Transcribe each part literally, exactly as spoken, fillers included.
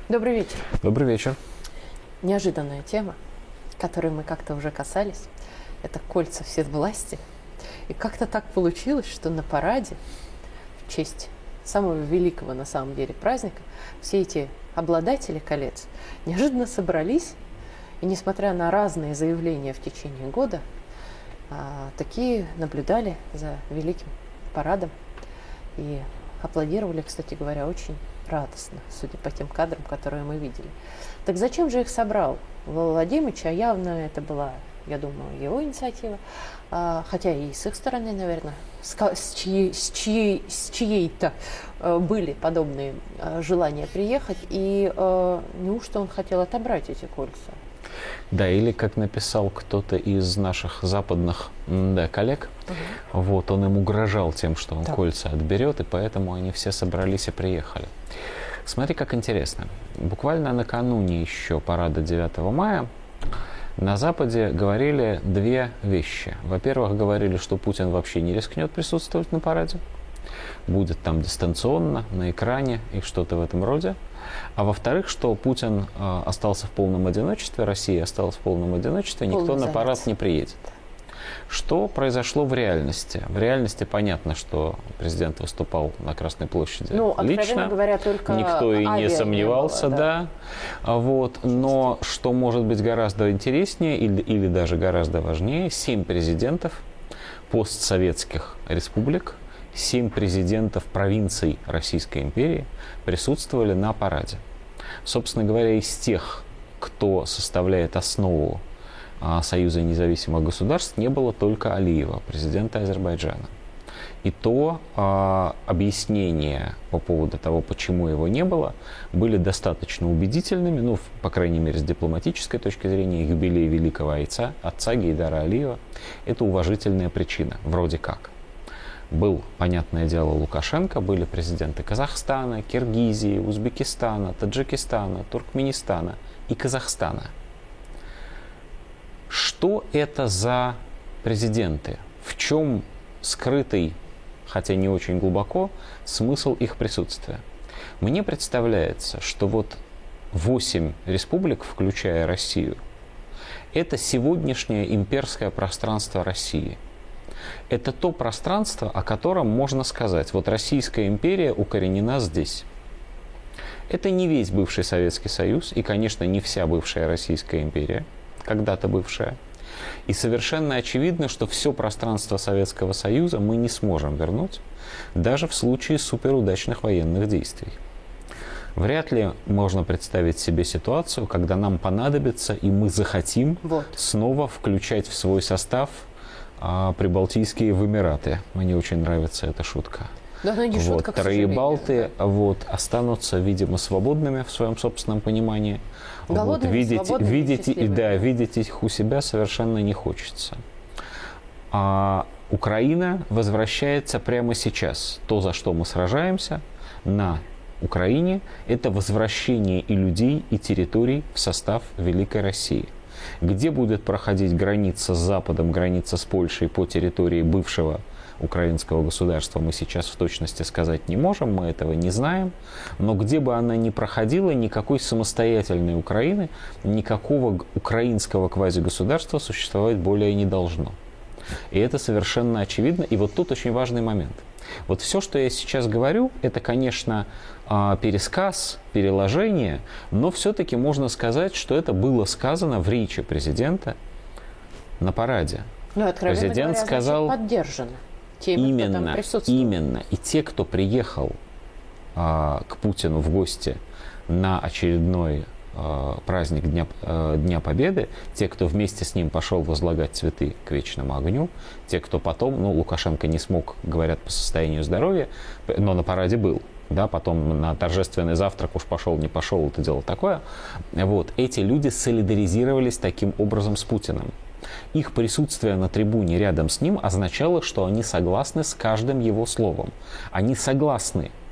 Добрый вечер. Добрый вечер. Неожиданная тема, которой мы как-то уже касались, это кольца всевластия. И как-то так получилось, что на параде в честь самого великого на самом деле праздника все эти обладатели колец неожиданно собрались, и несмотря на разные заявления в течение года, такие наблюдали за великим парадом и аплодировали, кстати говоря, очень радостно, судя по тем кадрам, которые мы видели. Так зачем же их собрал Владимирович? А явно это была, я думаю, его инициатива, а, хотя и с их стороны, наверное, с, с, чьей, с, чьей, с чьей-то а, были подобные а, желания приехать, и а, неужто он хотел отобрать эти кольца? Да, или как написал кто-то из наших западных да, коллег, угу. вот, он им угрожал тем, что он да. кольца отберет, и поэтому они все собрались и приехали. Смотри, как интересно. Буквально накануне еще парада девятого мая на Западе говорили две вещи. Во-первых, говорили, что Путин вообще не рискнет присутствовать на параде, будет там дистанционно, на экране и что-то в этом роде. А во-вторых, что Путин э, остался в полном одиночестве, Россия осталась в полном одиночестве, никто на парад не приедет. Что произошло в реальности? В реальности понятно, что президент выступал на Красной площади ну, лично, говоря, только никто и не сомневался, было, да. да. Вот. Но что может быть гораздо интереснее или, или даже гораздо важнее, семь президентов постсоветских республик, семь президентов провинций Российской империи присутствовали на параде. Собственно говоря, из тех, кто составляет основу а, Союза независимых государств, не было только Алиева, президента Азербайджана. И то а, объяснения по поводу того, почему его не было, были достаточно убедительными, ну, по крайней мере, с дипломатической точки зрения, юбилей великого отца, отца Гейдара Алиева. Это уважительная причина, вроде как. Был, понятное дело, Лукашенко, были президенты Казахстана, Киргизии, Узбекистана, Таджикистана, Туркменистана и Казахстана. Что это за президенты? В чем скрытый, хотя не очень глубоко, смысл их присутствия? Мне представляется, что вот восемь республик, включая Россию, это сегодняшнее имперское пространство России. Это то пространство, о котором можно сказать, вот Российская империя укоренена здесь. Это не весь бывший Советский Союз и, конечно, не вся бывшая Российская империя, когда-то бывшая. И совершенно очевидно, что все пространство Советского Союза мы не сможем вернуть, даже в случае суперудачных военных действий. Вряд ли можно представить себе ситуацию, когда нам понадобится и мы захотим вот. снова включать в свой состав а прибалтийские в Эмираты. Мне очень нравится эта шутка. Да, она не вот. шутка, к Троебалты да. вот, останутся, видимо, свободными в своем собственном понимании. Вот. Видеть, видеть, и, да, видеть их у себя совершенно не хочется. А Украина возвращается прямо сейчас. То, за что мы сражаемся на Украине, это возвращение и людей, и территорий в состав Великой России. Где будет проходить граница с Западом, граница с Польшей по территории бывшего украинского государства, мы сейчас в точности сказать не можем, мы этого не знаем. Но где бы она ни проходила, никакой самостоятельной Украины, никакого украинского квазигосударства существовать более не должно. И это совершенно очевидно. И вот тут очень важный момент. Вот все, что я сейчас говорю, это, конечно, пересказ, переложение, но все-таки можно сказать, что это было сказано в речи президента на параде. Ну, Президент говоря, сказал, поддержано теми, именно, кто там присутствовал. Именно. И те, кто приехал а, к Путину в гости на очередной а, праздник Дня, а, Дня Победы, те, кто вместе с ним пошел возлагать цветы к вечному огню, те, кто потом, ну, Лукашенко не смог, говорят, по состоянию здоровья, но на параде был. Да, потом на торжественный завтрак уж пошел, не пошел, это дело такое. Вот. Эти люди солидаризировались таким образом с Путиным. Их присутствие на трибуне рядом с ним означало, что они согласны с каждым его словом. Они согласны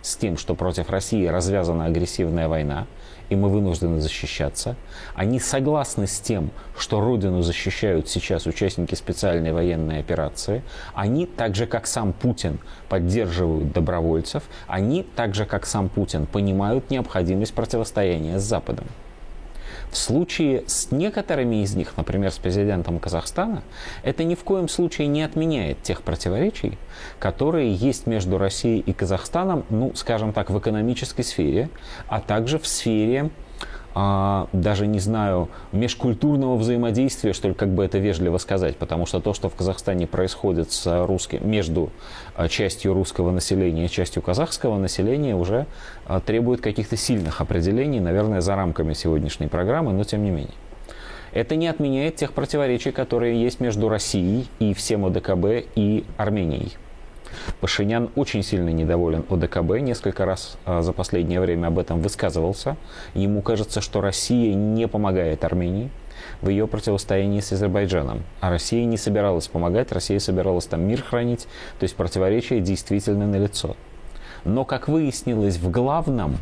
с тем, что против России развязана агрессивная война, и мы вынуждены защищаться. Они согласны с тем, что Родину защищают сейчас участники специальной военной операции. Они, так же как сам Путин, поддерживают добровольцев. Они, так же как сам Путин, понимают необходимость противостояния с Западом. В случае с некоторыми из них, например, с президентом Казахстана, это ни в коем случае не отменяет тех противоречий, которые есть между Россией и Казахстаном, ну, скажем так, в экономической сфере, а также в сфере, а, даже не знаю, межкультурного взаимодействия, что ли, как бы это вежливо сказать, потому что то, что в Казахстане происходит с русским, между частью русского населения и частью казахского населения, уже а, требует каких-то сильных определений, наверное, за рамками сегодняшней программы, но тем не менее. Это не отменяет тех противоречий, которые есть между Россией и всем ОДКБ и Арменией. Пашинян очень сильно недоволен ОДКБ, несколько раз а, за последнее время об этом высказывался. Ему кажется, что Россия не помогает Армении в ее противостоянии с Азербайджаном. А Россия не собиралась помогать, Россия собиралась там мир хранить, то есть противоречия действительно налицо. Но, как выяснилось, в главном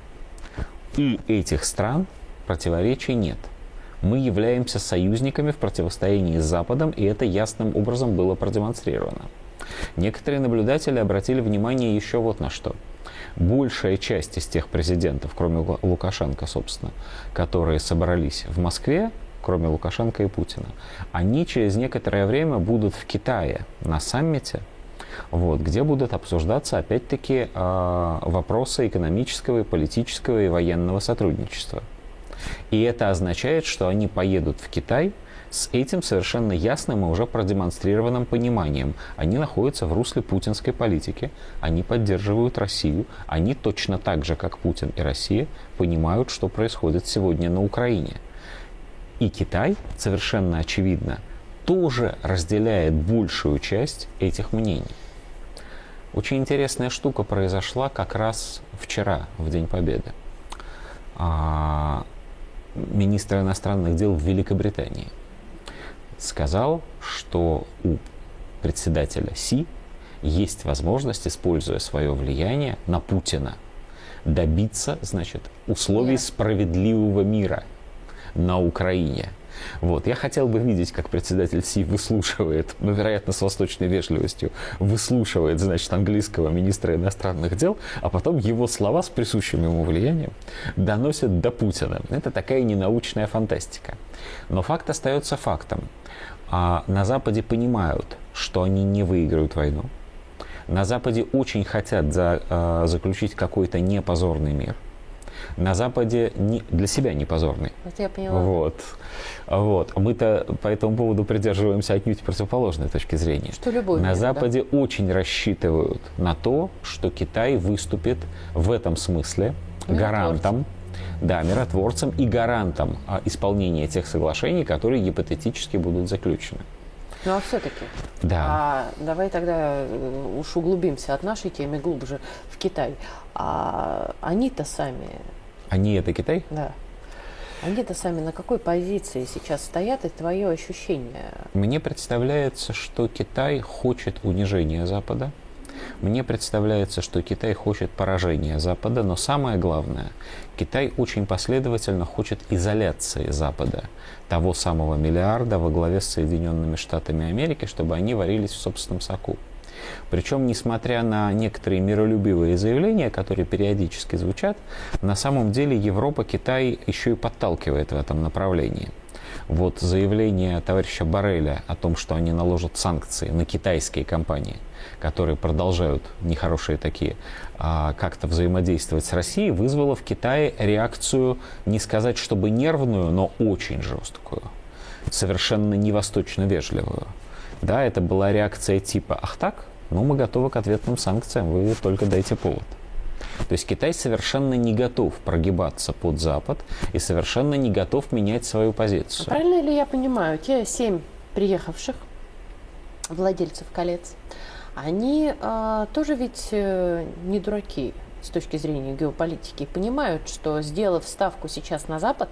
и этих стран противоречий нет. Мы являемся союзниками в противостоянии с Западом, и это ясным образом было продемонстрировано. Некоторые наблюдатели обратили внимание еще вот на что. Большая часть из тех президентов, кроме Лукашенко, собственно, которые собрались в Москве, кроме Лукашенко и Путина, они через некоторое время будут в Китае на саммите, вот, где будут обсуждаться, опять-таки, вопросы экономического, политического и военного сотрудничества. И это означает, что они поедут в Китай с этим совершенно ясным и уже продемонстрированным пониманием. Они находятся в русле путинской политики, они поддерживают Россию, они точно так же, как Путин и Россия, понимают, что происходит сегодня на Украине. И Китай, совершенно очевидно, тоже разделяет большую часть этих мнений. Очень интересная штука произошла как раз вчера, в День Победы. Министр иностранных дел в Великобритании сказал, что у председателя Си есть возможность, используя свое влияние на Путина, добиться, значит, условий справедливого мира на Украине. Вот. Я хотел бы видеть, как председатель Си выслушивает, ну, вероятно, с восточной вежливостью, выслушивает, значит, английского министра иностранных дел, а потом его слова с присущим ему влиянием доносят до Путина. Это такая ненаучная фантастика. Но факт остается фактом. А на Западе понимают, что они не выиграют войну. На Западе очень хотят за, а, заключить какой-то непозорный мир. На Западе не, для себя не позорный. Вот я поняла. Вот. Вот. Мы-то по этому поводу придерживаемся отнюдь противоположной точки зрения. Что любой на мир, Западе да? очень рассчитывают на то, что Китай выступит в этом смысле гарантом, да, миротворцем и гарантом а, исполнения тех соглашений, которые гипотетически будут заключены. Ну а все-таки, да. а давай тогда уж углубимся от нашей темы глубже в Китай. А они-то сами... Они это Китай? Да. Они-то сами на какой позиции сейчас стоят, и твое ощущение? Мне представляется, что Китай хочет унижения Запада. Мне представляется, что Китай хочет поражения Запада, но самое главное, Китай очень последовательно хочет изоляции Запада, того самого миллиарда во главе с Соединенными Штатами Америки, чтобы они варились в собственном соку. Причем, несмотря на некоторые миролюбивые заявления, которые периодически звучат, на самом деле Европа Китай еще и подталкивает в этом направлении. Вот заявление товарища Борреля о том, что они наложат санкции на китайские компании, которые продолжают, нехорошие такие, как-то взаимодействовать с Россией, вызвало в Китае реакцию, не сказать, чтобы нервную, но очень жесткую, совершенно не восточно вежливую. Да, это была реакция типа «Ах так? Ну, мы готовы к ответным санкциям, вы только дайте повод». То есть Китай совершенно не готов прогибаться под Запад и совершенно не готов менять свою позицию. А правильно ли я понимаю, те семь приехавших владельцев колец, они а, тоже ведь э, не дураки с точки зрения геополитики, понимают, что, сделав ставку сейчас на Запад,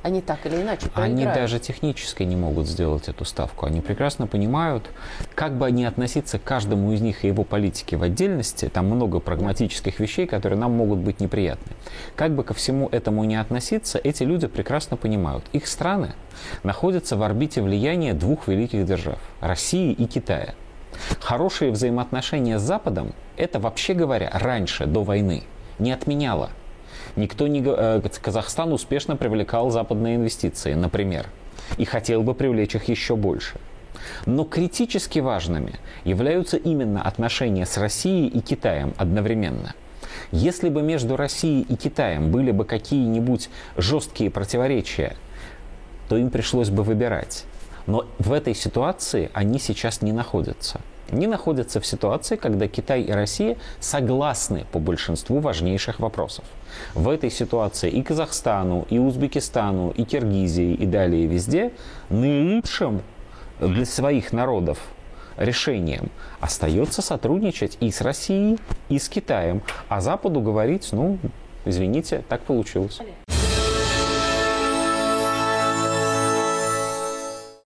Они так или иначе проиграют. Они даже технически не могут сделать эту ставку. Они прекрасно понимают, как бы они относиться к каждому из них и его политике в отдельности, там много прагматических вещей, которые нам могут быть неприятны. Как бы ко всему этому не относиться, эти люди прекрасно понимают. Их страны находятся в орбите влияния двух великих держав – России и Китая. Хорошие взаимоотношения с Западом – это, вообще говоря, раньше, до войны, не отменяло. Никто не... Казахстан успешно привлекал западные инвестиции, например, и хотел бы привлечь их еще больше. Но критически важными являются именно отношения с Россией и Китаем одновременно. Если бы между Россией и Китаем были бы какие-нибудь жесткие противоречия, то им пришлось бы выбирать. Но в этой ситуации они сейчас не находятся. Они находятся в ситуации, когда Китай и Россия согласны по большинству важнейших вопросов. В этой ситуации и Казахстану, и Узбекистану, и Киргизии, и далее везде наилучшим для своих народов решением остается сотрудничать и с Россией, и с Китаем. А Западу говорить, ну, извините, так получилось.